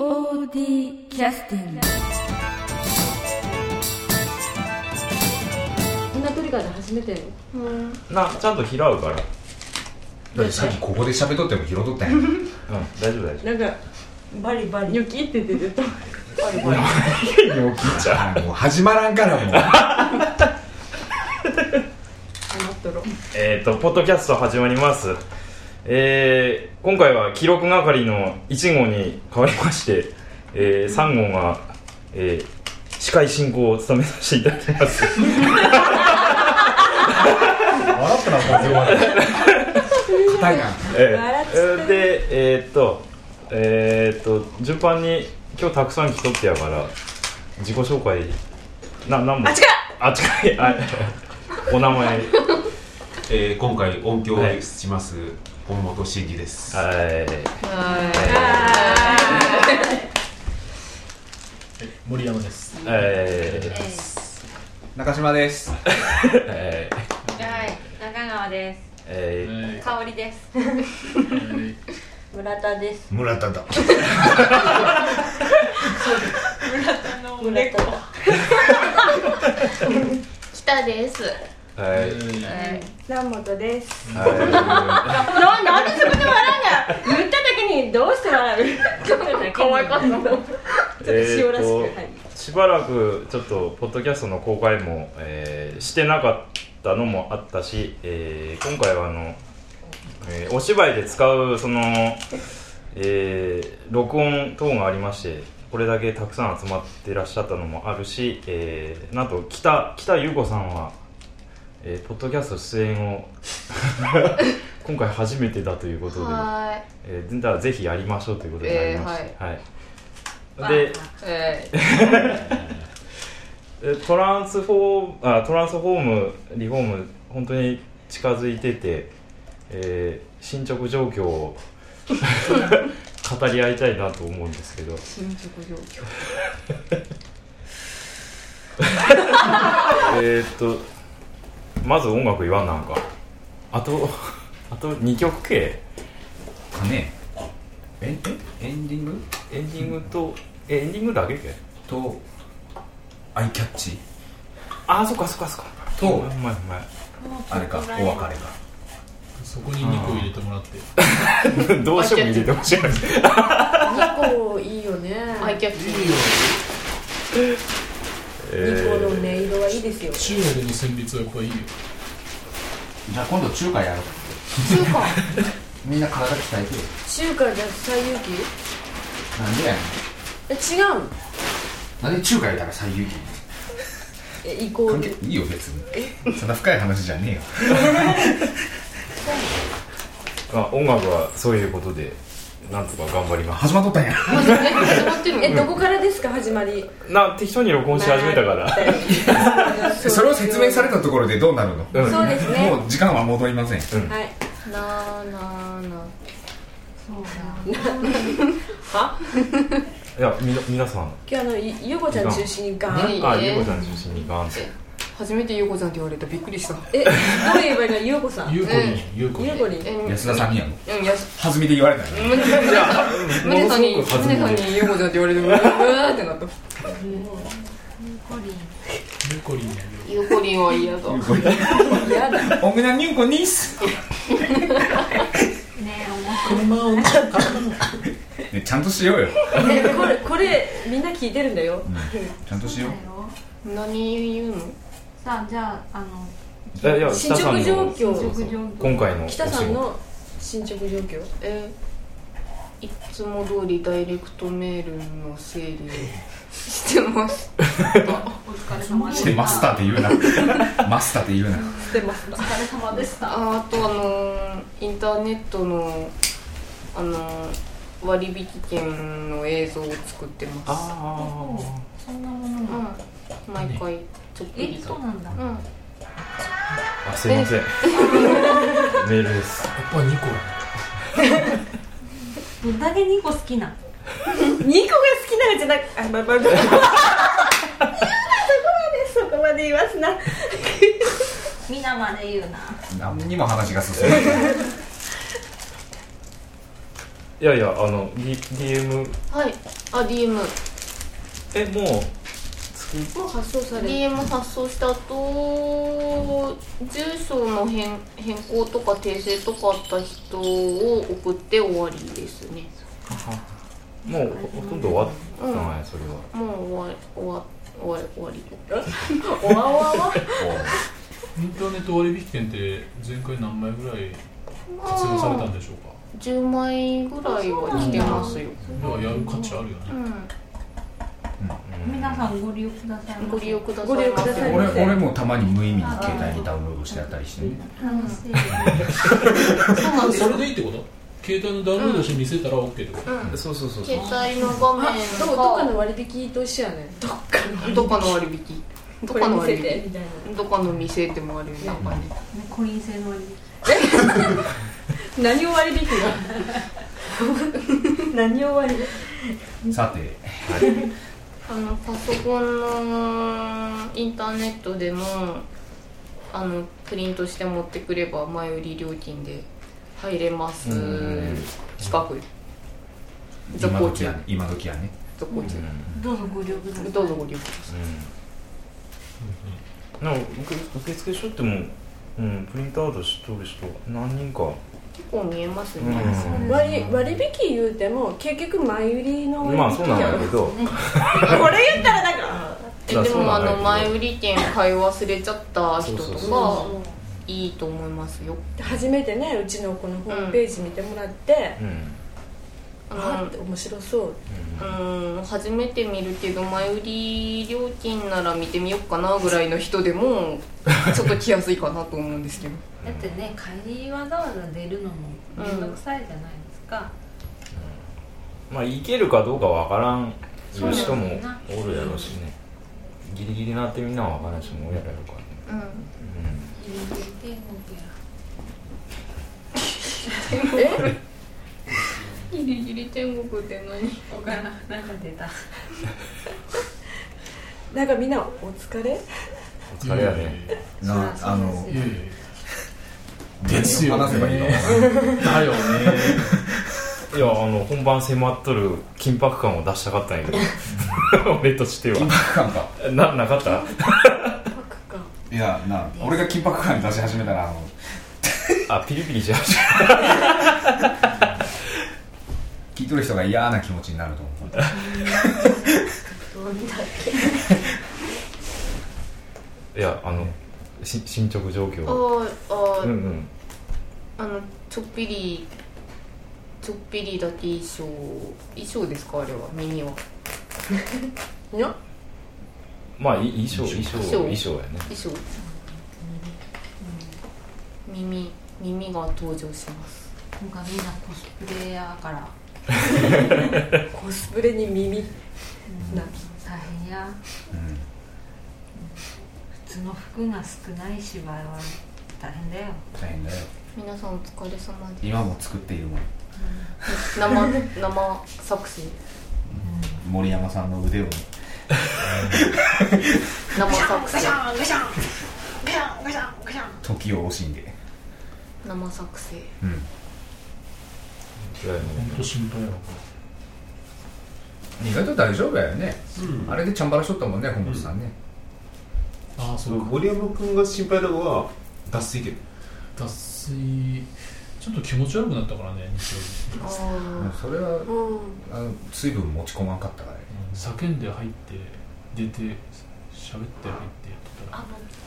POD キャスティング。 みんなトリガーで初めてよ。 ちゃんと拾うから。 だってさっきここで喋っとっても拾っとったやん。 大丈夫大丈なんかバリバリニョキって出てた。バリバリ夫。起きちゃもう始まらんからもう。 ポッドキャスト始まります。今回は記録係の1号に変わりまして、3号が、司会進行を務めさせていただきます。 笑ったな、風は硬いな。 で、順番に今日たくさん来とってやから自己紹介なんもあ、違うお名前今回音響をします、本本真嗣です。 森山です。 中島です。 中川です。香織です。 村田です。 村田だ。 村田だ。 北です。 南本です。 なんでそこで笑うんだ。 言っただけにどうして笑う？可愛かった。ちょっと塩らしく。 しばらくちょっとポッドキャストの公開も、してなかったのもあったし、今回はお芝居で使うその、録音等がありまして、これだけたくさん集まってらっしゃったのもあるし、なんと北優子さんは、ポッドキャスト出演を今回初めてだということで、だからぜひやりましょうということになりました。で、トランスフォームリフォーム本当に近づいてて、進捗状況を語り合いたいなと思うんですけど。 進捗状況まず音楽言わんなんか。あと2曲系かね。エンディングとエンディングだけとアイキャッチ。 そっかとうまいあれか、お別れか。 そこに2個入れてもらってどうしても入れてほしい。 2個いいよね。 アイキャッチ。 2個の音色はいいですよ。 中国の旋律はやっぱいいよ。 じゃあ今度中華やろう。 中華みんな体鍛えてよ。 中華じゃ最有機？ なんでやねん。 違う。 なんで中華やったら最有機？ イコールいいよ別に。そんな深い話じゃねえよ。 音楽はそういうことでなんとか頑張ります。 始まっとったんや。 始まってるの？ どこからですか始まり？ 適当に録音し始めたから。 それを説明されたところでどうなるの？ そうですね。 もう時間は戻りません。 はい。 いや皆さん。 今日ゆうこちゃん中心にガーン。 ゆうこちゃん中心にガーンって。 初めてゆうこさんって言われた。びっくりした。 どう言えばいいの？ゆうこさん。 ゆうこに安田さんにやの。初めて言われたよ。 宗さんにゆうこちゃんって言われてうわーってなった。ゆうこりんは嫌だ。 嫌だ。 オムナニューコニース。 車をちゃんとしようよ。 これみんな聞いてるんだよ。 ちゃんとしよう。 何言うの？ さあじゃあ進捗状況。 今回の北さんの進捗状況。 いつも通りダイレクトメールの整理してます。 お疲れ様でした。してマスターって言うな。マスターって言うな。 してます。お疲れ様でした。 あとインターネットの割引券の映像を作ってます。 そんなものが毎回ちょっといいそうなんだ。 すいません。メールです。 やっぱ2個。 どんだけ2個好きな。 2個が好きなんじゃなくそこまで言わすな。 皆まで言うな。 何にも話が進む。 いやいやDM はい、DM もうもう発送される。 DM 発送した後、住所の変更とか訂正とかあった人を送って終わりですね。 もうほとんど終わったね、それは。 もう終わり。 おわおわわ。 インターネット割引券って前回何枚ぐらい活用されたんでしょうか。 10枚ぐらいは来てますよ。 それはやる価値あるよね。 皆さんご利用くださいませ。 ご利用くださいご利用くださいませ。 俺もたまに無意味に携帯にダウンロードしてやったりしてね。 そうなんですよ。 それでいいってこと？携帯のダウンロードして見せたら OK ってこと？ そう携帯の画面どっかの割引と一緒やね。どっかの割引どこれ見せてみたいな。 どっかの店でもあるよね。 コイン制の割何を割引が何を割引。 さて、 パソコンのインターネットでもプリントして持ってくれば前売り料金で入れます。近く続行中。 今時はね。 続行中。 どうぞご利用ください。 どうぞご利用ください。 なんか受付所ってもプリントアウトしとる人何人か結構見えますね。 割引言うても結局前売りの割引。 まあそうなんだけど、 これ言ったらなんかでも前売り券買い忘れちゃった人とかいいと思いますよ。 初めてね、うちのこのホームページ見てもらって、あって面白そう。 初めて見るけど前売り料金なら見てみようかなぐらいの人でもちょっと来やすいかなと思うんですけど。 だってね、帰りわざわざ出るのもめんどくさいじゃないですか。 まあ行けるかどうかわからん人もおるやろうしね。ギリギリなってみんなはわからん人もおるやろうからね。 ギリギリ天国って何？ おからなんか出た。 なんかみんなお疲れ？ お疲れやね。 ですよね。 話せばいいのだよね。 いや本番迫っとる緊迫感を出したかったんやけど俺としては緊迫感かなかった。 いや俺が緊迫感出し始めたらピリピリし始め聞いとる人が嫌な気持ちになると思う。 どんだけ。 いや進捗状況。 ちょっぴりだけ衣装ですか、あれは。耳は。 いや、 まあ衣装やね。 衣装。耳が登場します。 なんかみんなコスプレやからコスプレに耳、 大変や。普通の服が少ない芝居は大変だよ。 大変だよ。 皆さんお疲れ様です。 今も作っているもん。 生作成。 森山さんの腕を生作成。 時を惜しんで生作成。 本当心配やわ。 意外と大丈夫やよね。あれでチャンバラしとったもんね、本本さんね。 ああ、そうか。 森山君が心配なのは脱水けど。 脱水ちょっと気持ち悪くなったからね、日曜日。 それは水分持ち込まんかったからね。 叫んで入って出て喋って入ってやってたら